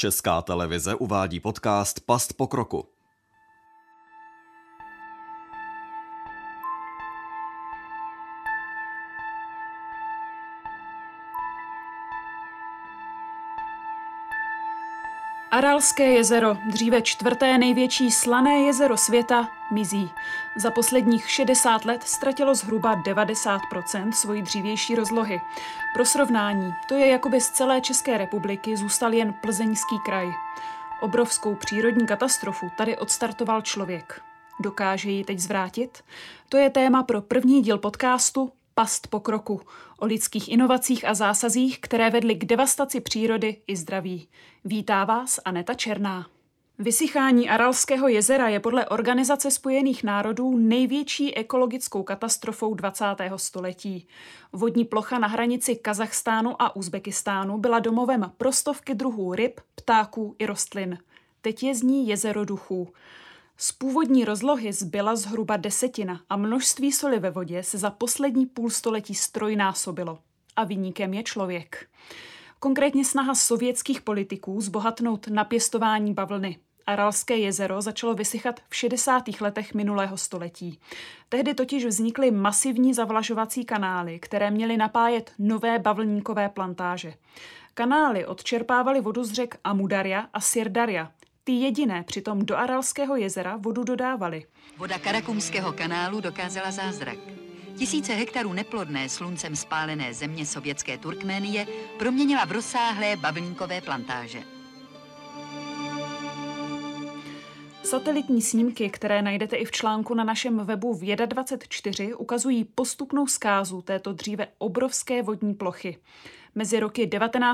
Česká televize uvádí podcast Past pokroku. Aralské jezero, dříve čtvrté největší slané jezero světa, mizí. Za posledních 60 let ztratilo zhruba 90% svojí dřívější rozlohy. Pro srovnání, to je, jakoby z celé České republiky zůstal jen Plzeňský kraj. Obrovskou přírodní katastrofu tady odstartoval člověk. Dokáže ji teď zvrátit? To je téma pro první díl podcastu Past pokroku, o lidských inovacích a zásazích, které vedly k devastaci přírody i zdraví. Vítá vás Aneta Černá. Vysychání Aralského jezera je podle Organizace spojených národů největší ekologickou katastrofou 20. století. Vodní plocha na hranici Kazachstánu a Uzbekistánu byla domovem pro stovky druhů ryb, ptáků i rostlin. Teď je z ní jezero duchů. Z původní rozlohy zbyla zhruba desetina a množství soli ve vodě se za poslední půlstoletí ztrojnásobilo. A viníkem je člověk. Konkrétně snaha sovětských politiků zbohatnout na pěstování bavlny. Aralské jezero začalo vysychat v 60. letech minulého století. Tehdy totiž vznikly masivní zavlažovací kanály, které měly napájet nové bavlníkové plantáže. Kanály odčerpávaly vodu z řek Amudarja a Sirdarja. Ty jediné přitom do Aralského jezera vodu dodávaly. Voda Karakumského kanálu dokázala zázrak. Tisíce hektarů neplodné sluncem spálené země sovětské Turkménie proměnila v rozsáhlé bavlníkové plantáže. Satelitní snímky, které najdete i v článku na našem webu Věda24, ukazují postupnou zkázu této dříve obrovské vodní plochy. Mezi roky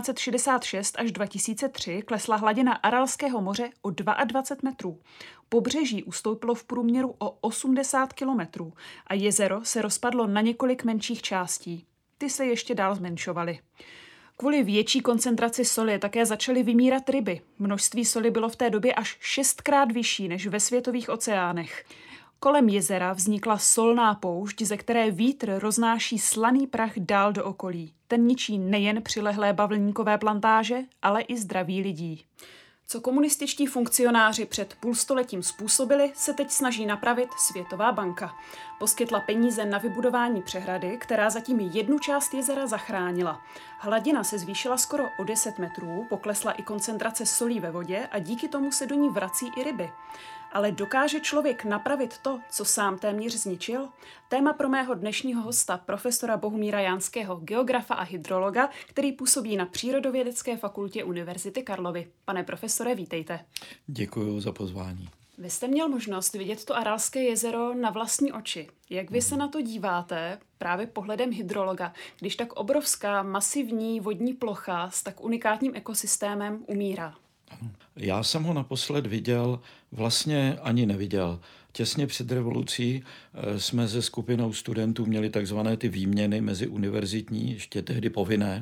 1966 až 2003 klesla hladina Aralského moře o 22 metrů. Pobřeží ustoupilo v průměru o 80 kilometrů a jezero se rozpadlo na několik menších částí. Ty se ještě dál zmenšovaly. Kvůli větší koncentraci soli také začaly vymírat ryby. Množství soli bylo v té době až 6krát vyšší než ve světových oceánech. Kolem jezera vznikla solná poušť, ze které vítr roznáší slaný prach dál do okolí. Ten ničí nejen přilehlé bavlníkové plantáže, ale i zdraví lidí. Co komunističtí funkcionáři před půlstoletím způsobili, se teď snaží napravit Světová banka. Poskytla peníze na vybudování přehrady, která zatím jednu část jezera zachránila. Hladina se zvýšila skoro o 10 metrů, poklesla i koncentrace solí ve vodě a díky tomu se do ní vrací i ryby. Ale dokáže člověk napravit to, co sám téměř zničil? Téma pro mého dnešního hosta, profesora Bohumíra Janského, geografa a hydrologa, který působí na Přírodovědecké fakultě Univerzity Karlovy. Pane profesore, vítejte. Děkuji za pozvání. Vy jste měl možnost vidět to Aralské jezero na vlastní oči. Jak vy se na to díváte právě pohledem hydrologa, když tak obrovská, masivní vodní plocha s tak unikátním ekosystémem umírá? Já jsem ho naposled viděl, vlastně ani neviděl. Těsně před revolucí jsme se skupinou studentů měli takzvané ty výměny meziuniverzitní, ještě tehdy povinné.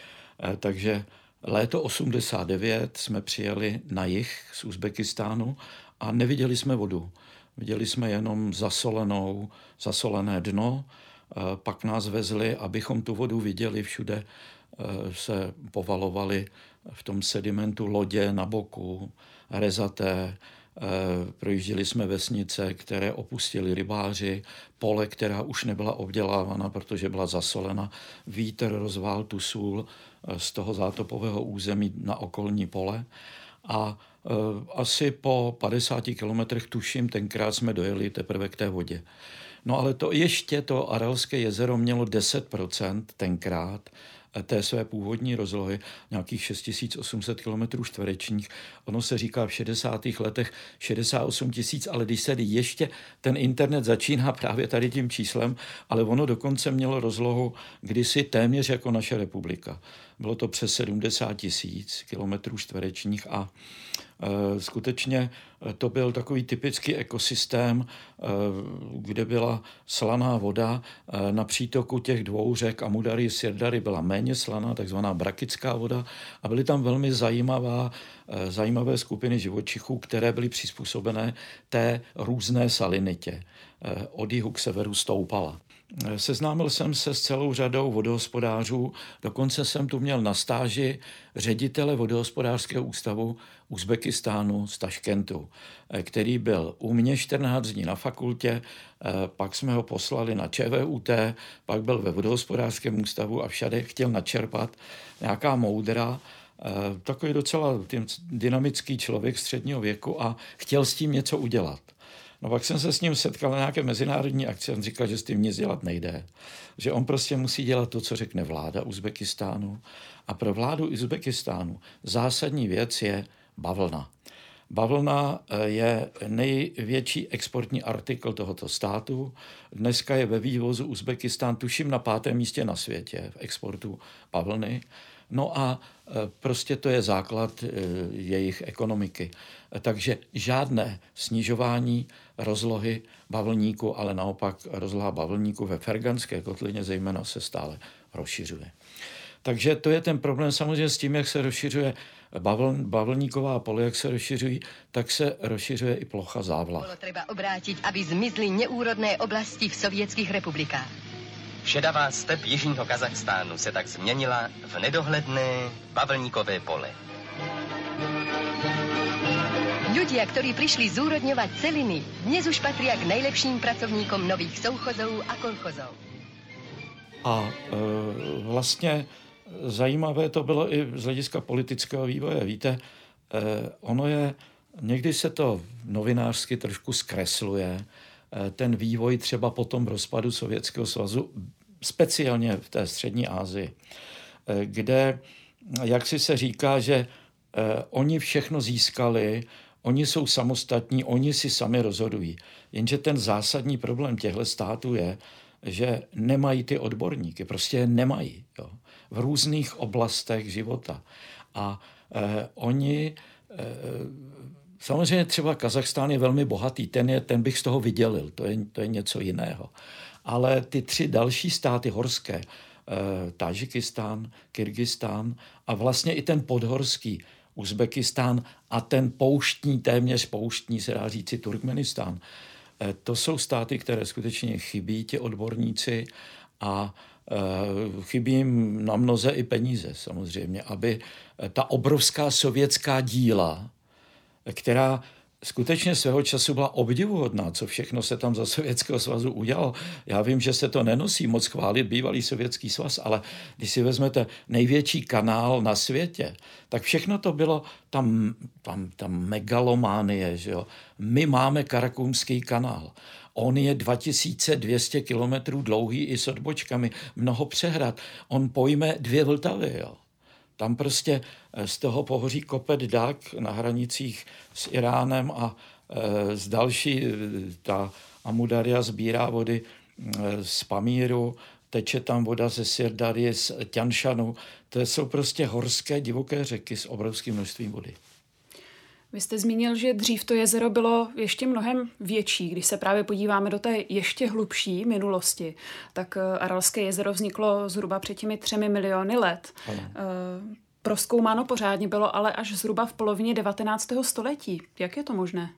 Takže léto 89 jsme přijeli na jih z Uzbekistánu a neviděli jsme vodu. Viděli jsme jenom zasolené dno, pak nás vezli, abychom tu vodu viděli, všude se povalovaly v tom sedimentu lodě na boku, rezaté, projížděli jsme vesnice, které opustili rybáři, pole, která už nebyla obdělávána, protože byla zasolena. Vítr rozvál tu sůl z toho zátopového území na okolní pole a asi po 50 kilometrech, tuším, tenkrát jsme dojeli teprve k té vodě. No ale to Aralské jezero mělo 10% tenkrát té své původní rozlohy, nějakých 6800 km čtverečních. Ono se říká v 60. letech 68 000, ale když se ještě ten internet začíná právě tady tím číslem, ale ono dokonce mělo rozlohu kdysi téměř jako naše republika. Bylo to přes 70 000 km čtverečních a skutečně to byl takový typický ekosystém, kde byla slaná voda. Na přítoku těch dvou řek Amudarji a Sirdary byla méně slaná, takzvaná brakická voda a byly tam velmi zajímavé skupiny živočichů, které byly přizpůsobené té různé salinitě. Od jihu k severu stoupala. Seznámil jsem se s celou řadou vodohospodářů, dokonce jsem tu měl na stáži ředitele vodohospodářského ústavu Uzbekistánu z Taškentu, který byl u mě 14 dní na fakultě, pak jsme ho poslali na ČVUT, pak byl ve vodohospodářském ústavu a všade chtěl načerpat nějaká moudra, takový docela dynamický člověk středního věku a chtěl s tím něco udělat. No pak jsem se s ním setkal na nějaké mezinárodní akci a on říkal, že s tím nic dělat nejde. Že on prostě musí dělat to, co řekne vláda Uzbekistánu. A pro vládu Uzbekistánu zásadní věc je bavlna. Bavlna je největší exportní artikl tohoto státu. Dneska je ve vývozu Uzbekistán, tuším, na 5. místě na světě v exportu bavlny. No a prostě to je základ jejich ekonomiky. Takže žádné snižování rozlohy bavlníku, ale naopak rozloha bavlníku ve Ferganské kotlině zejména se stále rozšiřuje. Takže to je ten problém samozřejmě s tím, jak se rozšiřuje bavlníková pole, jak se rozšiřují, tak se rozšiřuje i plocha závlah. Bylo třeba obrátit, aby zmizly neúrodné oblasti v sovětských republikách. Šedavá step jižního Kazachstánu se tak změnila v nedohledné bavlníkové pole. Ľudia, ktorí prišli zúrodňovať celiny, dnes už patria k najlepším pracovníkom nových souchozů a kolchozů. A vlastně zajímavé to bylo i z hlediska politického vývoje. Víte, ono je, někdy se to novinářsky trošku zkresluje, ten vývoj třeba po tom rozpadu Sovětského svazu, speciálně v té střední Asii, kde, jak si se říká, že oni všechno získali, oni jsou samostatní, oni si sami rozhodují. Jenže ten zásadní problém těchto států je, že nemají ty odborníky, prostě je nemají, jo, v různých oblastech života. A oni, samozřejmě třeba Kazachstán je velmi bohatý, ten bych z toho vydělil, to je něco jiného. Ale ty 3 další státy horské, Tadžikistán, Kyrgyzstán a vlastně i ten podhorský Uzbekistán a ten pouštní, téměř pouštní, se dá říci, Turkmenistán. To jsou státy, které skutečně chybí ti odborníci a chybí jim na mnoze i peníze samozřejmě, aby ta obrovská sovětská díla, která skutečně svého času byla obdivuhodná, co všechno se tam za Sovětského svazu udělalo. Já vím, že se to nenosí moc chválit bývalý Sovětský svaz, ale když si vezmete největší kanál na světě, tak všechno to bylo tam megalománie, že jo. My máme Karakumský kanál. On je 2200 kilometrů dlouhý i s odbočkami, mnoho přehrad. On pojme 2 Vltavy, jo. Tam prostě z toho pohoří Kopet Dak na hranicích s Iránem a z další, ta Amudarja sbírá vody z Pamíru, teče tam voda ze Sirdarje, z Ťanšanu. To jsou prostě horské divoké řeky s obrovským množstvím vody. Vy jste zmínil, že dřív to jezero bylo ještě mnohem větší. Když se právě podíváme do té ještě hlubší minulosti, tak Aralské jezero vzniklo zhruba před těmi 3 miliony let. Prozkoumáno pořádně bylo ale až zhruba v polovině 19. století. Jak je to možné?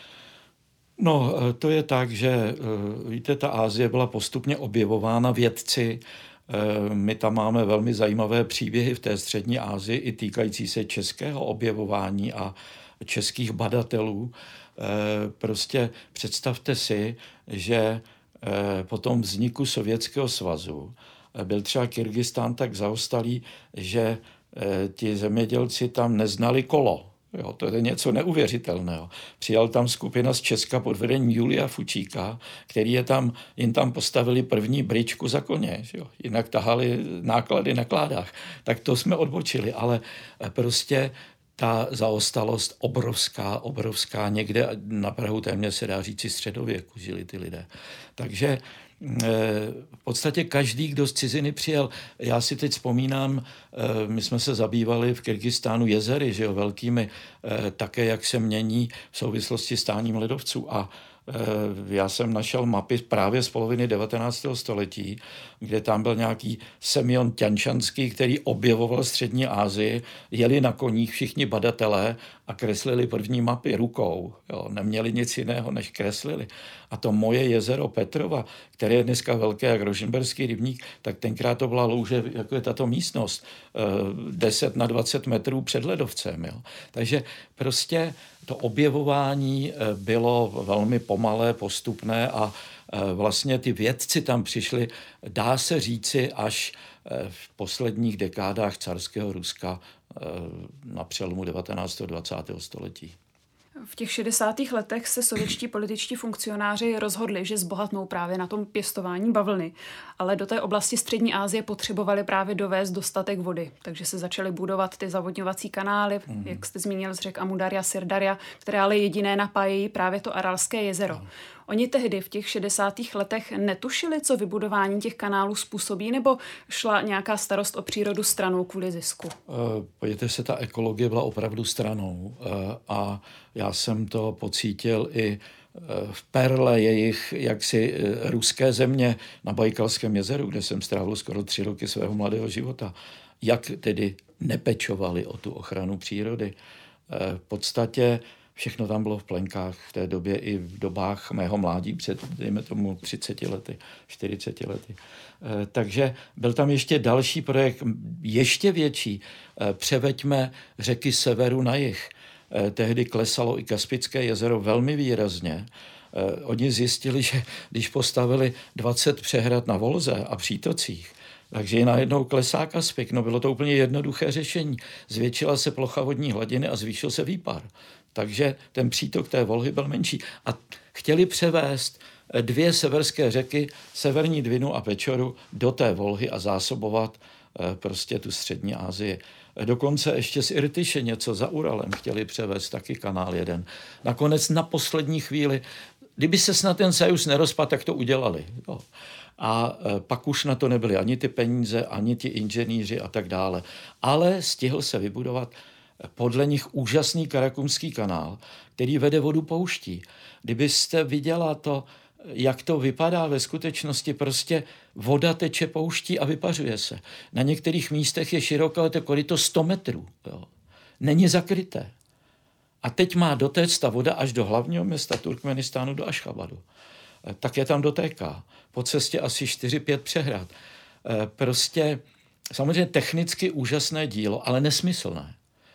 No, to je tak, že víte, ta Asie byla postupně objevována vědci. My tam máme velmi zajímavé příběhy v té střední Asii i týkající se českého objevování a českých badatelů. Prostě představte si, že po tom vzniku Sovětského svazu byl třeba Kyrgyzstán tak zaostalý, že ti zemědělci tam neznali kolo. Jo, to je něco neuvěřitelného. Přijal tam skupina z Česka pod vedením Julia Fučíka, který jim tam postavili první bryczku za koně. Jo. Jinak tahali náklady na kládách. Tak to jsme odbočili, ale prostě ta zaostalost obrovská, někde na prahu téměř se dá říci středověku žili ty lidé. Takže v podstatě každý, kdo z ciziny přijel, já si teď vzpomínám, my jsme se zabývali v Kyrgyzstánu jezery, že jo, velkými, také jak se mění v souvislosti s táním ledovců a Já jsem našel mapy právě z poloviny 19. století, kde tam byl nějaký Semjon Ťančanský, který objevoval střední Asii, jeli na koních všichni badatelé a kreslili první mapy rukou. Jo, neměli nic jiného, než kreslili. A to moje jezero Petrova, které je dneska velké jak Rožmberský rybník, tak tenkrát to byla louže, jako je tato místnost, 10 na 20 metrů před ledovcem. Jo. Takže prostě to objevování bylo velmi pomalé, postupné a vlastně ty vědci tam přišli, dá se říci, až v posledních dekádách carského Ruska na přelomu 19. a 20. století. V těch 60. letech se sovětští političtí funkcionáři rozhodli, že zbohatnou právě na tom pěstování bavlny, ale do té oblasti střední Asie potřebovali právě dovést dostatek vody, takže se začaly budovat ty zavodňovací kanály, jak jste zmínil z řek Amudarja, Sirdarja, které ale jediné napájejí právě to Aralské jezero. Oni tehdy v těch 60. letech netušili, co vybudování těch kanálů způsobí, nebo šla nějaká starost o přírodu stranou kvůli zisku? Podívejte se, ta ekologie byla opravdu stranou a já jsem to pocítil i v perle jejich jaksi ruské země na Bajkalském jezeru, kde jsem strávil skoro 3 roky svého mladého života. Jak tedy nepečovali o tu ochranu přírody. V podstatě všechno tam bylo v plenkách v té době i v dobách mého mládí před, dejme tomu, 30 lety, 40 lety. Takže byl tam ještě další projekt, ještě větší. Převeďme řeky severu na jih. Tehdy klesalo i Kaspické jezero velmi výrazně. Oni zjistili, že když postavili 20 přehrad na Volze a přítocích, takže je najednou klesá Kaspik. No bylo to úplně jednoduché řešení. Zvětšila se plocha vodní hladiny a zvýšil se výpar. Takže ten přítok té Volhy byl menší. A chtěli převést 2 severské řeky, Severní Dvinu a Pečoru, do té Volhy a zásobovat prostě tu střední Asii. Dokonce ještě z Irtyše něco za Uralem chtěli převést taky kanál jeden. Nakonec na poslední chvíli, kdyby se snad ten Sajus nerozpadl, tak to udělali. Jo. A pak už na to nebyly ani ty peníze, ani ti inženýři a tak dále. Ale stihl se vybudovat podle nich úžasný Karakumský kanál, který vede vodu pouští. Kdybyste viděla to, jak to vypadá ve skutečnosti, prostě voda teče pouští a vypařuje se. Na některých místech je široké to koryto 100 metrů. Jo. Není zakryté. A teď má dotéct ta voda až do hlavního města Turkmenistánu, do Ašchabadu. Tak je tam dotéká. Po cestě asi 4-5 přehrad. Prostě samozřejmě technicky úžasné dílo, ale nesmyslné.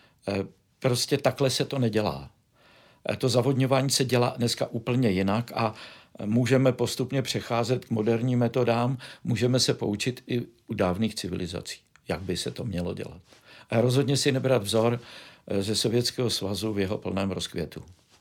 Prostě takhle se to nedělá. To zavodňování se dělá dneska úplně jinak a můžeme postupně přecházet k moderním metodám, můžeme se poučit i u dávných civilizací, jak by se to mělo dělat. A rozhodně si nebrat vzor ze Sovětského svazu v jeho plném rozkvětu.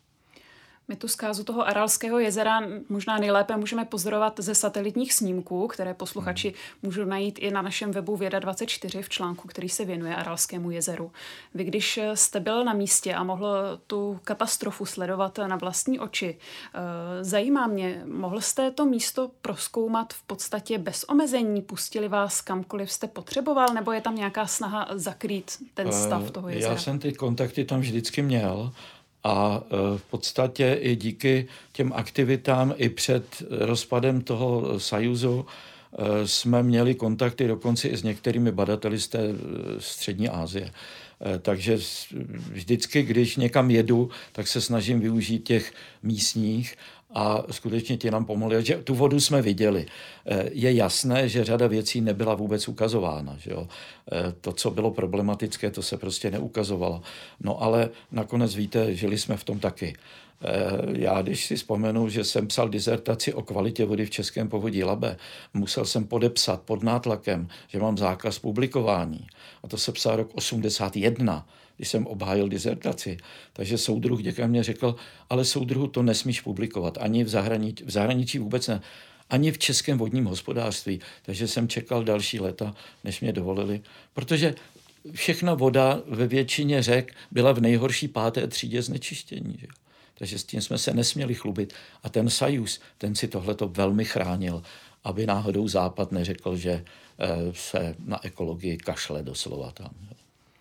My tu zkázu toho Aralského jezera možná nejlépe můžeme pozorovat ze satelitních snímků, které posluchači můžou najít i na našem webu Věda24 v článku, který se věnuje Aralskému jezeru. Vy, když jste byl na místě a mohl tu katastrofu sledovat na vlastní oči, zajímá mě, mohl jste to místo prozkoumat v podstatě bez omezení? Pustili vás kamkoliv jste potřeboval, nebo je tam nějaká snaha zakrýt ten stav toho jezera? Já jsem ty kontakty tam vždycky měl. A v podstatě i díky těm aktivitám i před rozpadem toho Sajuzu jsme měli kontakty dokonce i s některými badateli z té střední Asie. Takže vždycky, když někam jedu, tak se snažím využít těch místních a skutečně ti nám pomohli. Že tu vodu jsme viděli. Je jasné, že řada věcí nebyla vůbec ukazována. Že jo? To, co bylo problematické, to se prostě neukazovalo. No ale nakonec víte, žili jsme v tom taky. Já, když si vzpomenu, že jsem psal dizertaci o kvalitě vody v českém povodí Labe, musel jsem podepsat pod nátlakem, že mám zákaz publikování. A to se psal rok 81, když jsem obhájil dizertaci. Takže soudruh děkan mě řekl, ale soudruhu to nesmíš publikovat. Ani v zahraničí vůbec ne. Ani v českém vodním hospodářství. Takže jsem čekal další léta, než mě dovolili. Protože všechna voda ve většině řek byla v nejhorší 5. třídě znečištění. Že? Takže s tím jsme se nesměli chlubit. A ten Sajus, ten si tohleto velmi chránil, aby náhodou Západ neřekl, že se na ekologii kašle doslova tam.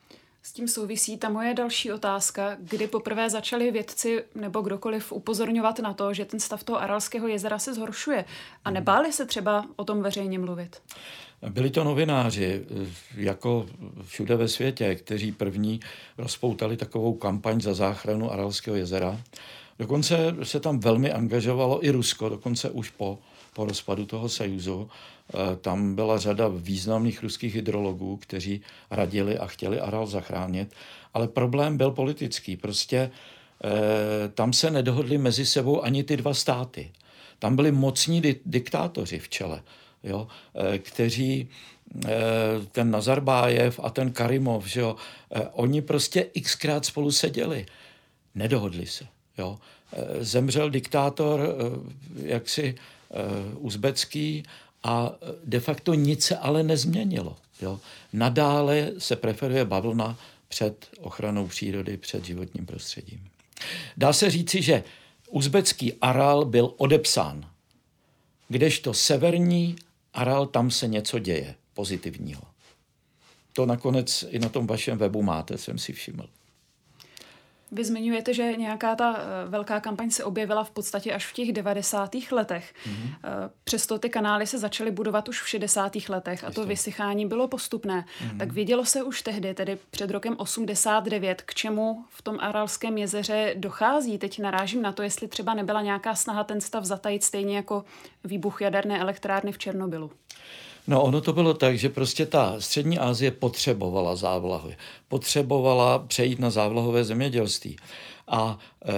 S tím souvisí ta moje další otázka, kdy poprvé začali vědci nebo kdokoliv upozorňovat na to, že ten stav toho Aralského jezera se zhoršuje a nebáli se třeba o tom veřejně mluvit? Byli to novináři, jako všude ve světě, kteří první rozpoutali takovou kampaň za záchranu Aralského jezera. Dokonce se tam velmi angažovalo i Rusko, dokonce už po rozpadu toho Sojuzu. Tam byla řada významných ruských hydrologů, kteří radili a chtěli Aral zachránit. Ale problém byl politický. Prostě tam se nedohodli mezi sebou ani ty dva státy. Tam byli mocní diktátoři v čele, jo, kteří ten Nazarbájev a ten Karimov, že jo, oni prostě xkrát spolu seděli. Nedohodli se. Jo. Zemřel diktátor jaksi uzbecký a de facto nic se ale nezměnilo. Jo. Nadále se preferuje bavlna před ochranou přírody, před životním prostředím. Dá se říci, že uzbecký Aral byl odepsán, kdežto severní Aral, tam se něco děje pozitivního. To nakonec i na tom vašem webu máte, jsem si všiml. Vy zmiňujete, že nějaká ta velká kampaň se objevila v podstatě až v těch 90. letech. Přesto ty kanály se začaly budovat už v 60. letech a to vysychání bylo postupné. Tak vědělo se už tehdy, tedy před rokem 89, k čemu v tom Aralském jezeře dochází. Teď narážím na to, jestli třeba nebyla nějaká snaha ten stav zatajit stejně jako výbuch jaderné elektrárny v Černobylu. No, ono to bylo tak, že prostě ta střední Asie potřebovala závlahy. Potřebovala přejít na závlahové zemědělství. A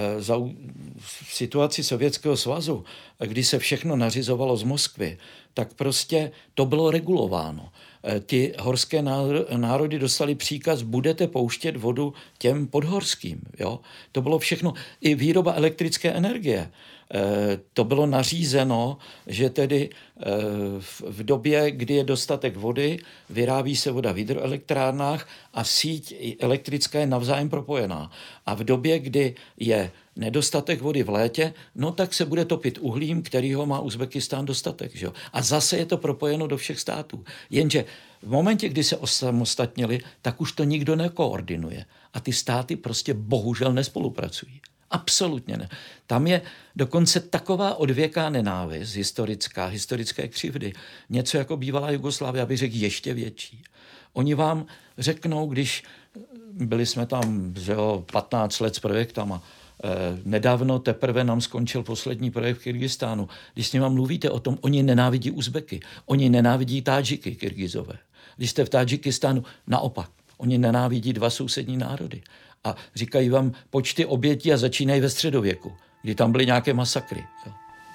v situaci Sovětského svazu, kdy se všechno nařizovalo z Moskvy, tak prostě to bylo regulováno. Ty horské národy dostali příkaz, budete pouštět vodu těm podhorským. Jo? To bylo všechno. I výroba elektrické energie. To bylo nařízeno, že tedy v době, kdy je dostatek vody, vyrábí se voda v hydroelektrárnách a síť elektrická je navzájem propojená. A v době, kdy je nedostatek vody v létě, no tak se bude topit uhlím, kterýho má Uzbekistán dostatek. Že? A zase je to propojeno do všech států. Jenže v momentě, kdy se osamostatnili, tak už to nikdo nekoordinuje. A ty státy prostě bohužel nespolupracují. Absolutně ne. Tam je dokonce taková odvěká nenávist historické křivdy. Něco jako bývalá Jugoslávie, aby řekl ještě větší. Oni vám řeknou, když byli jsme tam 15 let s projektama, nedávno teprve nám skončil poslední projekt v Kyrgyzstánu. Když s nimi mluvíte o tom, oni nenávidí Uzbeky, oni nenávidí Tádžiky, Kyrgyzové. Když jste v Tádžikistánu, naopak, oni nenávidí dva sousední národy. A říkají vám počty obětí a začínají ve středověku, kdy tam byly nějaké masakry. Jo.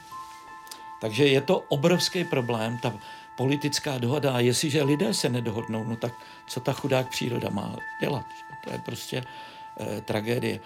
Takže je to obrovský problém, ta politická dohoda. A jestliže lidé se nedohodnou, no tak co ta chudák příroda má dělat? To je prostě tragédie.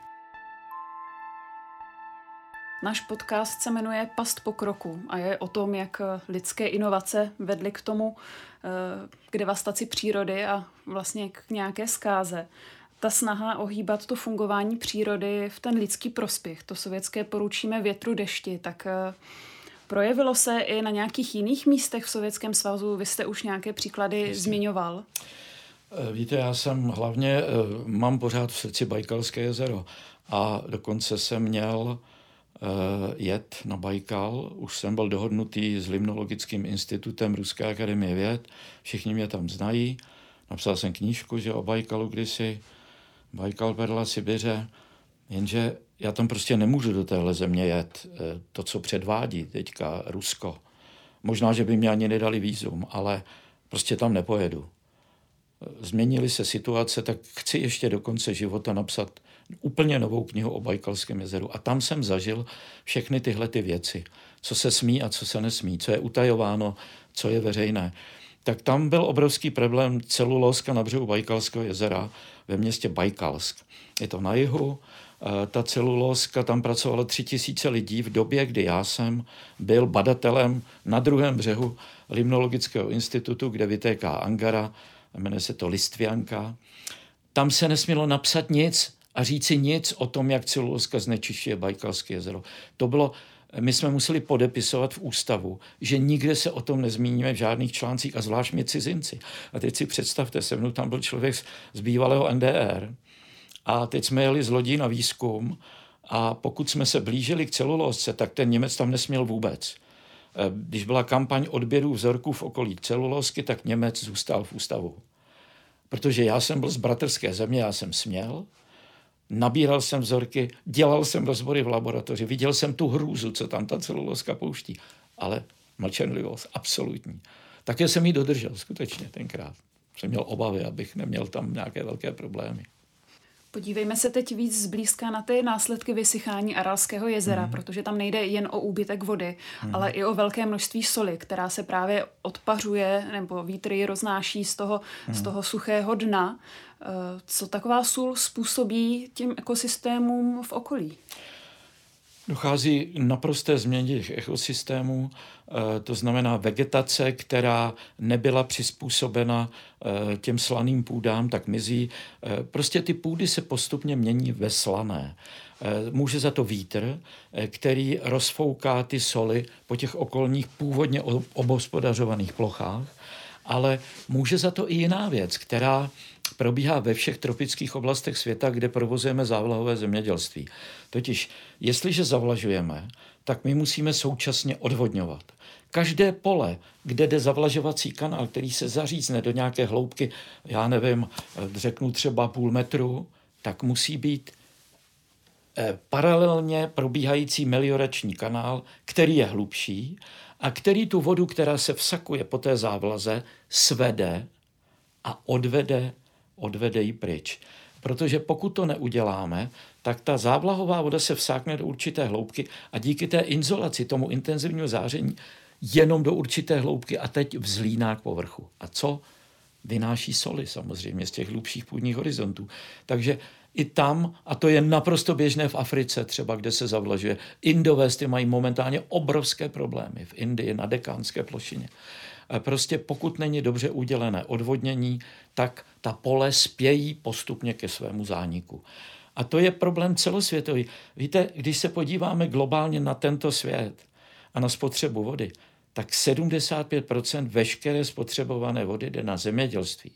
Náš podcast se jmenuje Past pokroku a je o tom, jak lidské inovace vedly k tomu, k devastaci přírody a vlastně k nějaké zkáze. Ta snaha ohýbat to fungování přírody v ten lidský prospěch, to sovětské poručíme větru dešti, tak projevilo se i na nějakých jiných místech v Sovětském svazu? Vy jste už nějaké příklady zmiňoval. Víte, já mám pořád v srdci Bajkalské jezero a dokonce jsem měl jet na Bajkal. Už jsem byl dohodnutý s Limnologickým institutem Ruské akademie věd. Všichni mě tam znají. Napsal jsem knížku, že o Bajkalu kdysi. Bajkal, perla Sibiře. Jenže já tam prostě nemůžu do téhle země jet. To, co předvádí teďka Rusko. Možná, že by mě ani nedali vízum, ale prostě tam nepojedu. Změnily se situace, tak chci ještě do konce života napsat úplně novou knihu o Bajkalském jezeru. A tam jsem zažil všechny tyhle ty věci. Co se smí a co se nesmí. Co je utajováno, co je veřejné. Tak tam byl obrovský problém celulózka na břehu Bajkalského jezera ve městě Bajkalsk. Je to na jihu. Ta celulózka, tam pracovalo 3000 lidí v době, kdy já jsem byl badatelem na druhém břehu Limnologického institutu, kde vytéká Angara, jmenuje se to Listvianka. Tam se nesmělo napsat nic a říci nic o tom, jak celulózka znečišťuje Bajkalské jezero. To bylo my jsme museli podepisovat v ústavu, že nikde se o tom nezmíníme v žádných článcích a zvlášť my cizinci. A teď si představte, se mnou tam byl člověk z bývalého NDR a teď jsme jeli z lodí na výzkum a pokud jsme se blížili k celulózce, tak ten Němec tam nesměl vůbec. Když byla kampaň odběru vzorků v okolí celulózky, tak Němec zůstal v ústavu. Protože já jsem byl z bratrské země, já jsem směl, nabíral jsem vzorky, dělal jsem rozbory v laboratoři, viděl jsem tu hrůzu, co tam ta celulózka pouští, ale mlčenlivost absolutní. Také jsem ji dodržel skutečně tenkrát. Jsem měl obavy, abych neměl tam nějaké velké problémy. Podívejme se teď víc zblízka na ty následky vysychání Aralského jezera, protože tam nejde jen o úbytek vody, ale i o velké množství soli, která se právě odpařuje nebo vítr ji roznáší z toho suchého dna. Co taková sůl způsobí těm ekosystémům v okolí? Dochází k naprosté změně těch ekosystémů, to znamená vegetace, která nebyla přizpůsobena těm slaným půdám, tak mizí. Prostě ty půdy se postupně mění ve slané. Může za to vítr, který rozfouká ty soli po těch okolních původně obhospodařovaných plochách, ale může za to i jiná věc, která probíhá ve všech tropických oblastech světa, kde provozujeme závlahové zemědělství. Totiž, jestliže zavlažujeme, tak my musíme současně odvodňovat. Každé pole, kde jde zavlažovací kanál, který se zařízne do nějaké hloubky, já nevím, řeknu třeba 0,5 metru, tak musí být paralelně probíhající meliorační kanál, který je hlubší a který tu vodu, která se vsakuje po té závlaze, svede a odvede ji pryč. Protože pokud to neuděláme, tak ta závlahová voda se vsákne do určité hloubky a díky té izolaci, tomu intenzivnímu záření, jenom do určité hloubky a teď vzlíná k povrchu. A co? Vynáší soli samozřejmě z těch hlubších půdních horizontů. Takže i tam, a to je naprosto běžné v Africe třeba, kde se zavlažuje, Indové s tím mají momentálně obrovské problémy. V Indii na Dekánské plošině. Prostě pokud není dobře udělené odvodnění, tak ta pole spějí postupně ke svému zániku. A to je problém celosvětový. Víte, když se podíváme globálně na tento svět a na spotřebu vody, tak 75% veškeré spotřebované vody jde na zemědělství.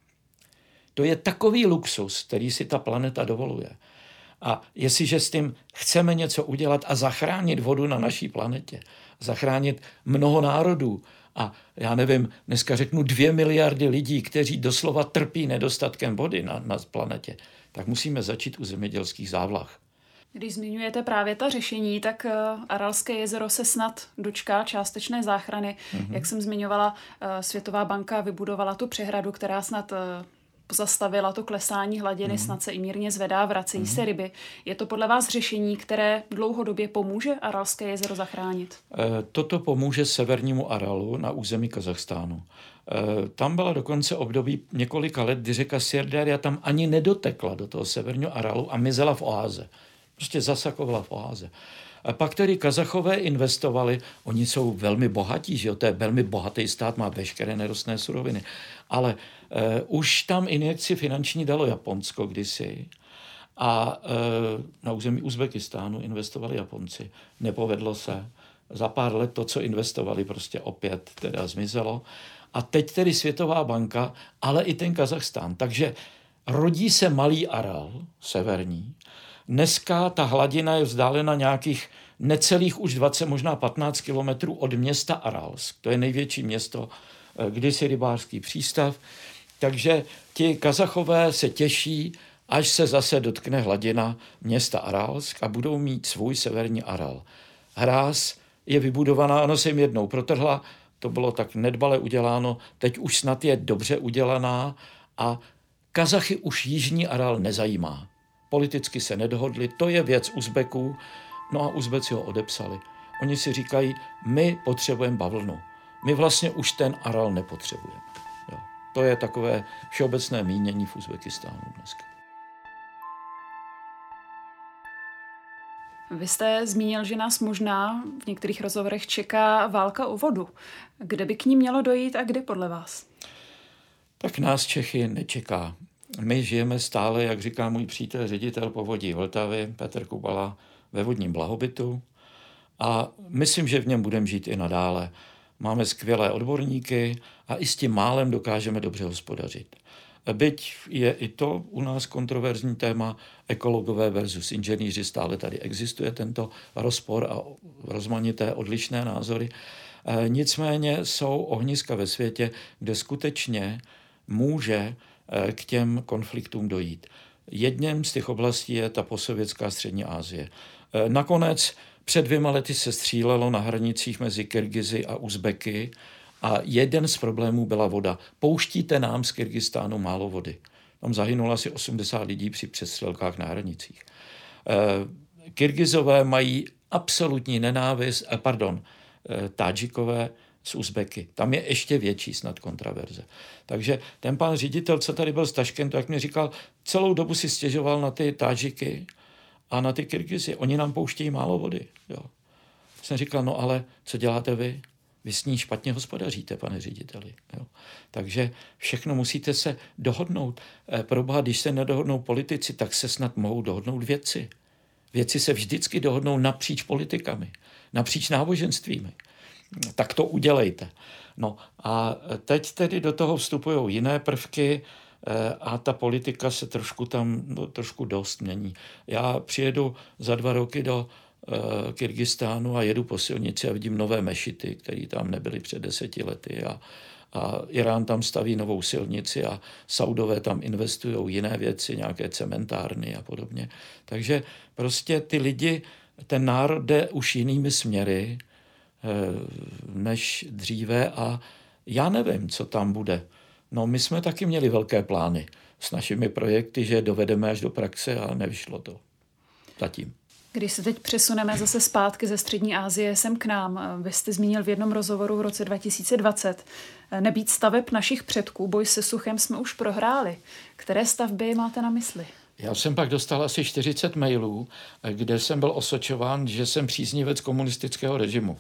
To je takový luxus, který si ta planeta dovoluje. A jestliže s tím chceme něco udělat a zachránit vodu na naší planetě, zachránit mnoho národů, a já nevím, dneska řeknu 2 miliardy lidí, kteří doslova trpí nedostatkem vody na planetě, tak musíme začít u zemědělských závlah. Když zmiňujete právě ta řešení, tak Aralské jezero se snad dočká částečné záchrany. Jak jsem zmiňovala, Světová banka vybudovala tu přehradu, která snad pozastavila to klesání hladiny, snad se i mírně zvedá, vracejí se ryby. Je to podle vás řešení, které dlouhodobě pomůže Aralské jezero zachránit? Toto pomůže severnímu Aralu na území Kazachstánu. Tam byla dokonce období několika let, kdy řeka Sirdarja tam ani nedotekla do toho severního Aralu a mizela v oáze. Prostě zasakovala v oáze. A pak tedy Kazachové investovali, oni jsou velmi bohatí, že jo, to je velmi bohatý stát, má veškeré nerostné suroviny, ale už tam injekci finanční dalo Japonsko kdysi a na území Uzbekistánu investovali Japonci. Nepovedlo se. Za pár let to, co investovali, prostě opět teda zmizelo. A teď tedy Světová banka, ale i ten Kazachstán. Takže rodí se malý Aral, severní. Dneska ta hladina je vzdálena nějakých necelých už 20, možná 15 kilometrů od města Aralsk. To je největší město, kdysi rybářský přístav. Takže ti Kazachové se těší, až se zase dotkne hladina města Aralsk a budou mít svůj severní Aral. Hráz je vybudovaná, ono se jim jednou protrhla, to bylo tak nedbale uděláno, teď už snad je dobře udělaná a Kazachy už jižní Aral nezajímá. Politicky se nedohodli, to je věc Uzbeků, no a Uzbeci ho odepsali. Oni si říkají, my potřebujeme bavlnu. My vlastně už ten Aral nepotřebujeme. Jo. To je takové všeobecné mínění v Uzbekistánu dneska. Vy jste zmínil, že nás možná v některých rozhovorech čeká válka o vodu. Kde by k ní mělo dojít a kdy podle vás? Tak nás Čechy nečeká. My žijeme stále, jak říká můj přítel, ředitel povodí Vltavy, Petr Kubala, ve vodním blahobytu A myslím, že v něm budeme žít i nadále. Máme skvělé odborníky a i s tím málem dokážeme dobře hospodařit. Byť je i to u nás kontroverzní téma ekologové versus inženýři, stále tady existuje tento rozpor a rozmanité odlišné názory. Nicméně jsou ohniska ve světě, kde skutečně může k těm konfliktům dojít. Jedním z těch oblastí je ta postsovětská Střední Asie. Nakonec před 2 lety se střílelo na hranicích mezi Kyrgyzy a Uzbeky a jeden z problémů byla voda. Pouštíte nám z Kyrgyzstánu málo vody. Tam zahynulo asi 80 lidí při přestřelkách na hranicích. Kyrgyzové mají absolutní nenávist, Tádžikové z Uzbeky. Tam je ještě větší snad kontraverze. Takže ten pán ředitel, co tady byl z Taškentu, jak mi říkal, celou dobu si stěžoval na ty Tádžiky a na ty Kyrgyzy. Oni nám pouštějí málo vody. Jo. Jsem říkal, no ale co děláte vy? Vy s ní špatně hospodaříte, pane řediteli. Jo. Takže všechno musíte se dohodnout. Proboha, když se nedohodnou politici, tak se snad mohou dohodnout vědci. Vědci se vždycky dohodnou napříč politikami, napříč náboženstvími. Tak to udělejte. No a teď tedy do toho vstupují jiné prvky a ta politika se trošku dost mění. Já přijedu za 2 roky do Kyrgyzstánu a jedu po silnici a vidím nové mešity, které tam nebyly před 10 lety a Irán tam staví novou silnici a Saudové tam investují jiné věci, nějaké cementárny a podobně. Takže prostě ty lidi, ten národ jde už jinými směry než dříve a já nevím, co tam bude. No, my jsme taky měli velké plány s našimi projekty, že dovedeme až do praxe a nevyšlo to zatím. Když se teď přesuneme zase zpátky ze Střední Asie sem k nám, vy jste zmínil v jednom rozhovoru v roce 2020, nebýt staveb našich předků, boj se suchem jsme už prohráli. Které stavby máte na mysli? Já jsem pak dostal asi 40 mailů, kde jsem byl osočován, že jsem příznivec komunistického režimu.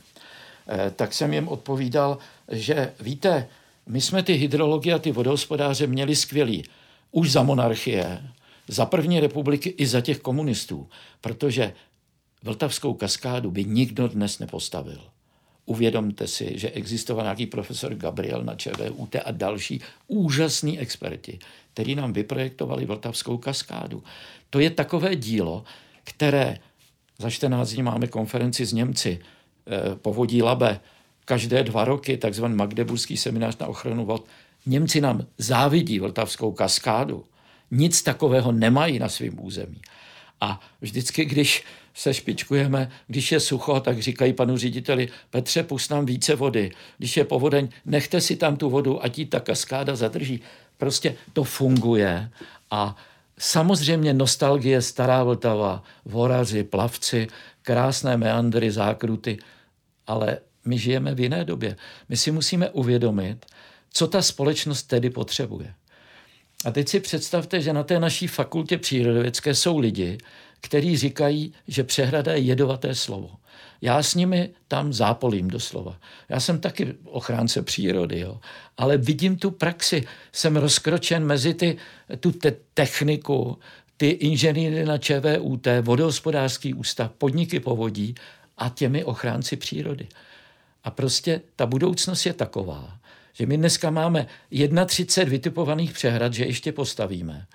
Tak jsem jim odpovídal, že víte, my jsme ty hydrology a ty vodohospodáře měli skvělý. Už za monarchie, za první republiky i za těch komunistů, protože Vltavskou kaskádu by nikdo dnes nepostavil. Uvědomte si, že existoval nějaký profesor Gabriel na ČVUT a další úžasní experti, kteří nám vyprojektovali Vltavskou kaskádu. To je takové dílo, které za 14 dní máme konferenci s Němci, povodí Labe, každé 2 roky, takzvaný Magdeburský seminář na ochranu vod. Němci nám závidí Vltavskou kaskádu. Nic takového nemají na svém území. A vždycky, když se špičkujeme, když je sucho, tak říkají panu řediteli, Petře, pust nám více vody. Když je povodeň, nechte si tam tu vodu, ať jí ta kaskáda zadrží. Prostě to funguje. A samozřejmě nostalgie, Stará Vltava, Voraři, Plavci, krásné meandry, zákruty, ale my žijeme v jiné době. My si musíme uvědomit, co ta společnost tedy potřebuje. A teď si představte, že na té naší fakultě přírodovědské jsou lidi, kteří říkají, že přehrada je jedovaté slovo. Já s nimi tam zápolím doslova. Já jsem taky ochránce přírody, jo. Ale vidím tu praxi. Jsem rozkročen mezi tu techniku, ty inženýry na ČVUT, vodohospodářský ústav, podniky povodí a těmi ochránci přírody. A prostě ta budoucnost je taková, že my dneska máme 31 vytipovaných přehrad, že ještě postavíme.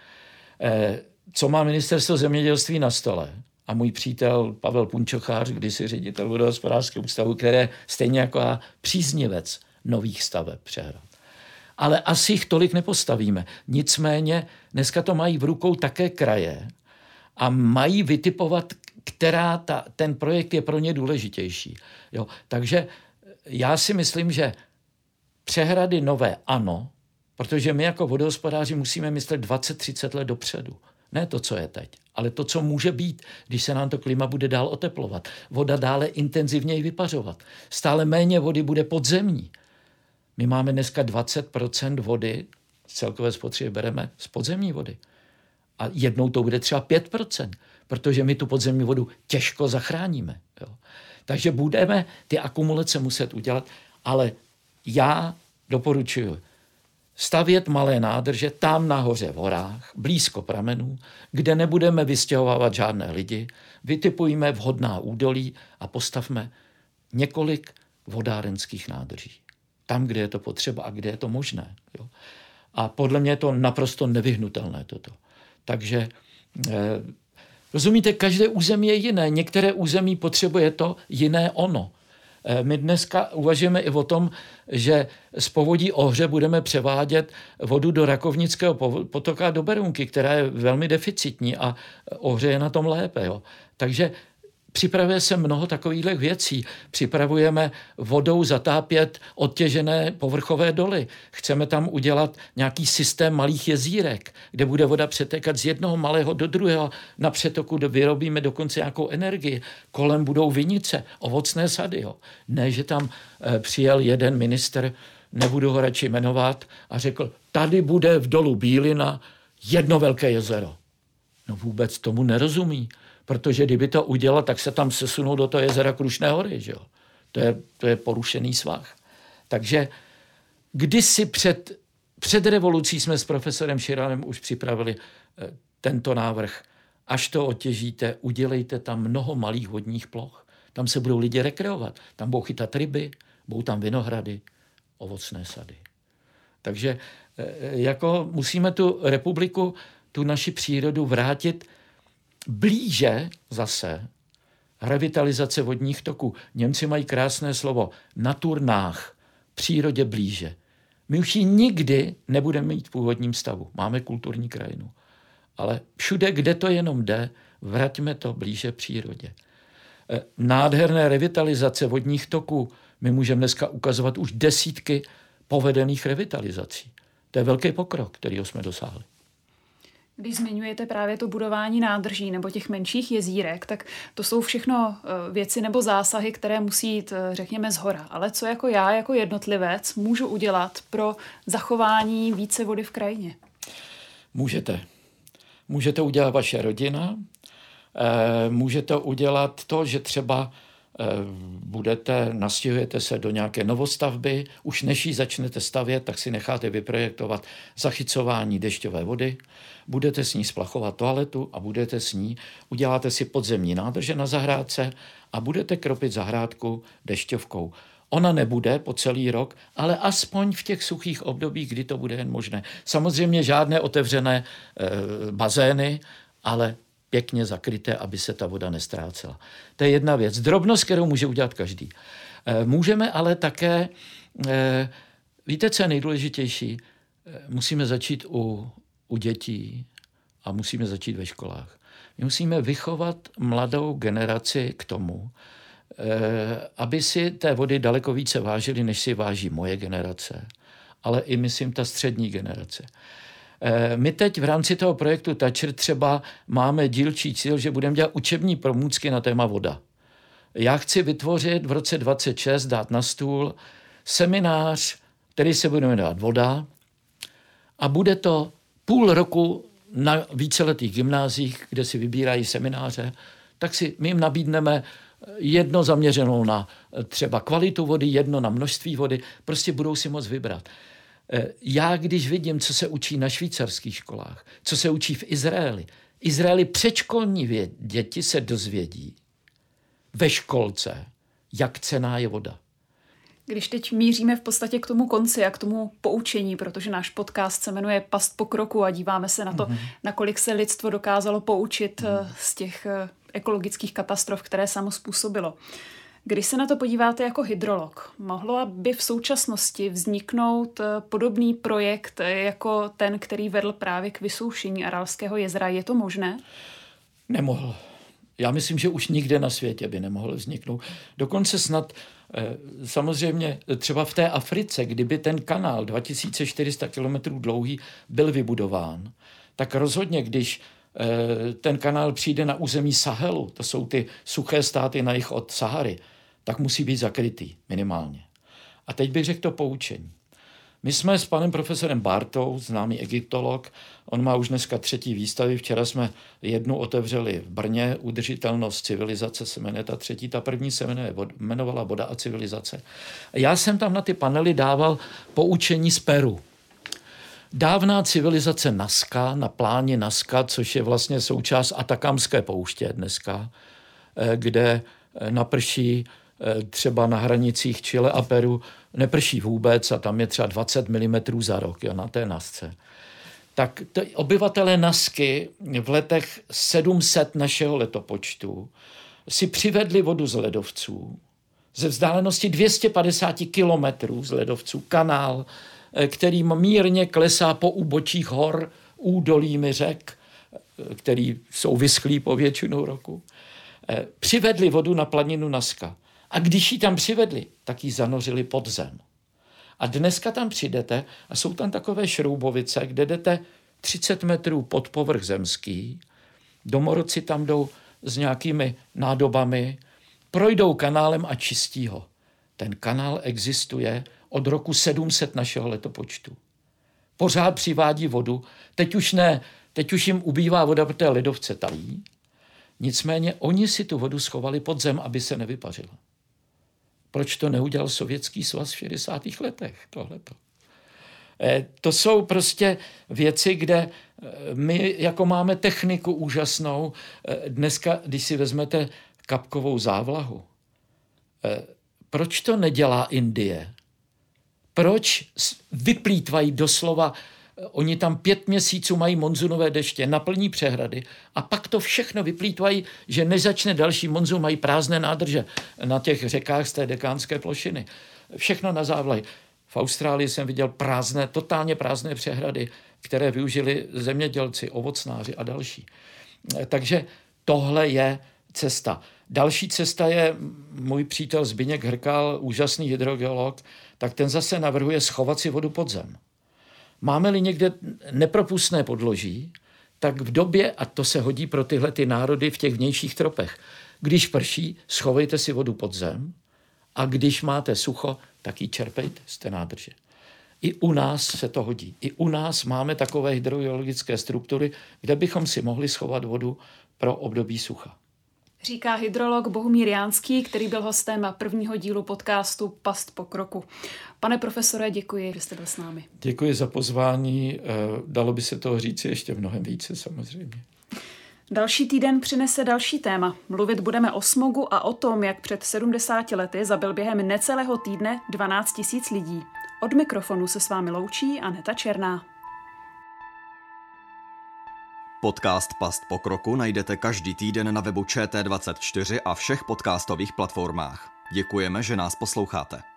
Co má ministerstvo zemědělství na stole? A můj přítel Pavel Punčochář, kdysi ředitel vodohospodářského ústavu, který je stejně jako příznivec nových staveb přehrad. Ale asi jich tolik nepostavíme. Nicméně dneska to mají v rukou také kraje a mají vytipovat, která ten projekt je pro ně důležitější. Jo? Takže já si myslím, že přehrady nové ano, protože my jako vodohospodáři musíme myslet 20-30 let dopředu. Ne to, co je teď, ale to, co může být, když se nám to klima bude dál oteplovat. Voda dále intenzivněji vypařovat. Stále méně vody bude podzemní. My máme dneska 20% vody, z celkové spotřeby bereme z podzemní vody. A jednou to bude třeba 5%, protože my tu podzemní vodu těžko zachráníme. Jo. Takže budeme ty akumulace muset udělat, ale já doporučuji stavět malé nádrže tam nahoře v horách, blízko pramenů, kde nebudeme vystěhovávat žádné lidi, vytipujeme vhodná údolí a postavme několik vodárenských nádrží. Tam, kde je to potřeba a kde je to možné. Jo. A podle mě je to naprosto nevyhnutelné toto. Takže rozumíte, každé území je jiné. Některé území potřebuje to, jiné ono. My dneska uvažujeme i o tom, že z povodí Ohře budeme převádět vodu do Rakovnického potoka do Berounky, která je velmi deficitní a Ohře je na tom lépe. Jo. Takže připravuje se mnoho takových věcí. Připravujeme vodou zatápět odtěžené povrchové doly. Chceme tam udělat nějaký systém malých jezírek, kde bude voda přetékat z jednoho malého do druhého. Na přetoku vyrobíme dokonce nějakou energii. Kolem budou vinice, ovocné sady. Jo. Ne, že tam přijel jeden ministr, nebudu ho radši jmenovat, a řekl, tady bude v dolu Bílina jedno velké jezero. No vůbec tomu nerozumí. Protože kdyby to udělal, tak se tam sesunou do toho jezera Krušné hory. Že jo? To je porušený svah. Takže kdysi před revolucí jsme s profesorem Širanem už připravili tento návrh. Až to otěžíte, udělejte tam mnoho malých vodních ploch. Tam se budou lidi rekreovat. Tam budou chytat ryby, budou tam vinohrady, ovocné sady. Takže jako musíme tu republiku, tu naši přírodu vrátit blíže zase revitalizace vodních toků. Němci mají krásné slovo Naturnach, přírodě blíže. My už ji nikdy nebudeme mít v původním stavu. Máme kulturní krajinu. Ale všude, kde to jenom jde, vraťme to blíže přírodě. Nádherné revitalizace vodních toků my můžeme dneska ukazovat už desítky povedených revitalizací. To je velký pokrok, kterýho jsme dosáhli. Když zmiňujete právě to budování nádrží nebo těch menších jezírek, tak to jsou všechno věci nebo zásahy, které musí jít, řekněme, zhora. Ale co jako já, jako jednotlivec, můžu udělat pro zachování více vody v krajině? Můžete. Můžete udělat vaše rodina, můžete udělat to, že třeba nastěhujete se do nějaké novostavby, už než ji začnete stavět, tak si necháte vyprojektovat zachycování dešťové vody, budete s ní splachovat toaletu a uděláte si podzemní nádrže na zahrádce a budete kropit zahrádku dešťovkou. Ona nebude po celý rok, ale aspoň v těch suchých obdobích, kdy to bude jen možné. Samozřejmě žádné otevřené bazény, ale pěkně zakryté, aby se ta voda nestrácela. To je jedna věc. Drobnost, kterou může udělat každý. Můžeme ale také, víte, co je nejdůležitější? Musíme začít u dětí a musíme začít ve školách. My musíme vychovat mladou generaci k tomu, aby si té vody daleko více vážili, než si váží moje generace, ale i, myslím, ta střední generace. My teď v rámci toho projektu Thatcher třeba máme dílčí cíl, že budeme dělat učební pomůcky na téma voda. Já chci vytvořit v roce 2026, dát na stůl seminář, který se bude jmenovat Voda, a bude to půl roku na víceletých gymnáziích, kde si vybírají semináře, tak my jim nabídneme jedno zaměřenou na třeba kvalitu vody, jedno na množství vody, prostě budou si moct vybrat. Já, když vidím, co se učí na švýcarských školách, co se učí v Izraeli předškolní děti se dozvědí ve školce, jak cenná je voda. Když teď míříme v podstatě k tomu konci a k tomu poučení, protože náš podcast se jmenuje Past pokroku a díváme se na to, nakolik se lidstvo dokázalo poučit z těch ekologických katastrof, které samo způsobilo. Když se na to podíváte jako hydrolog, mohlo by v současnosti vzniknout podobný projekt jako ten, který vedl právě k vysoušení Aralského jezera? Je to možné? Nemohl. Já myslím, že už nikde na světě by nemohl vzniknout. Dokonce snad samozřejmě třeba v té Africe, kdyby ten kanál 2400 kilometrů dlouhý byl vybudován, tak rozhodně, když ten kanál přijde na území Sahelu, to jsou ty suché státy na jih od Sahary, tak musí být zakrytý minimálně. A teď bych řekl to poučení. My jsme s panem profesorem Bartou, známý egyptolog, on má už dneska 3. výstavy, včera jsme jednu otevřeli v Brně, Udržitelnost civilizace se jmenuje ta 3., ta první se jmenovala Voda a civilizace. Já jsem tam na ty panely dával poučení z Peru. Dávná civilizace Nazca, na pláni Nazca, což je vlastně součást Atakamské pouště dneska, kde naprší třeba na hranicích Chile a Peru, neprší vůbec a tam je třeba 20 mm za rok, jo, na té Nazce. Tak obyvatelé Nazky v letech 700 našeho letopočtu si přivedli vodu z ledovců, ze vzdálenosti 250 kilometrů z ledovců, kanál, který mírně klesá po úbočích hor, údolími řek, který jsou vyschlí po většinu roku. Přivedli vodu na planinu Nazca. A když ji tam přivedli, tak ji zanořili pod zem. A dneska tam přijdete a jsou tam takové šroubovice, kde jdete 30 metrů pod povrch zemský, domorodci tam jdou s nějakými nádobami, projdou kanálem a čistí ho. Ten kanál existuje od roku 700 našeho letopočtu. Pořád přivádí vodu, teď už ne, teď už jim ubývá voda, protože ledovce tají. Nicméně oni si tu vodu schovali pod zem, aby se nevypařila. Proč to neudělal Sovětský svaz v 60. letech? Tohleto. To jsou prostě věci, kde my jako máme techniku úžasnou. Dneska, když si vezmete kapkovou závlahu, proč to nedělá Indie? Proč vyplýtvají doslova, oni tam 5 měsíců mají monzunové deště, naplní přehrady a pak to všechno vyplýtvají, že než začne další monzun, mají prázdné nádrže na těch řekách z té dekánské plošiny. Všechno na závlahy. V Austrálii jsem viděl totálně prázdné přehrady, které využili zemědělci, ovocnáři a další. Takže tohle je cesta. Další cesta je můj přítel Zbyněk Hrkal, úžasný hydrogeolog, tak ten zase navrhuje schovat si vodu pod zem. Máme-li někde nepropustné podloží, tak v době, a to se hodí pro tyhle ty národy v těch vnějších tropech, když prší, schovejte si vodu pod zem a když máte sucho, tak ji čerpejte z té nádrže. I u nás se to hodí. I u nás máme takové hydrogeologické struktury, kde bychom si mohli schovat vodu pro období sucha. Říká hydrolog Bohumír Jánský, který byl hostem prvního dílu podcastu Past po kroku. Pane profesore, děkuji, že jste byl s námi. Děkuji za pozvání. Dalo by se toho říct ještě mnohem více samozřejmě. Další týden přinese další téma. Mluvit budeme o smogu a o tom, jak před 70 lety zabil během necelého týdne 12 000 lidí. Od mikrofonu se s vámi loučí Aneta Černá. Podcast Past po kroku najdete každý týden na webu ČT24 a všech podcastových platformách. Děkujeme, že nás posloucháte.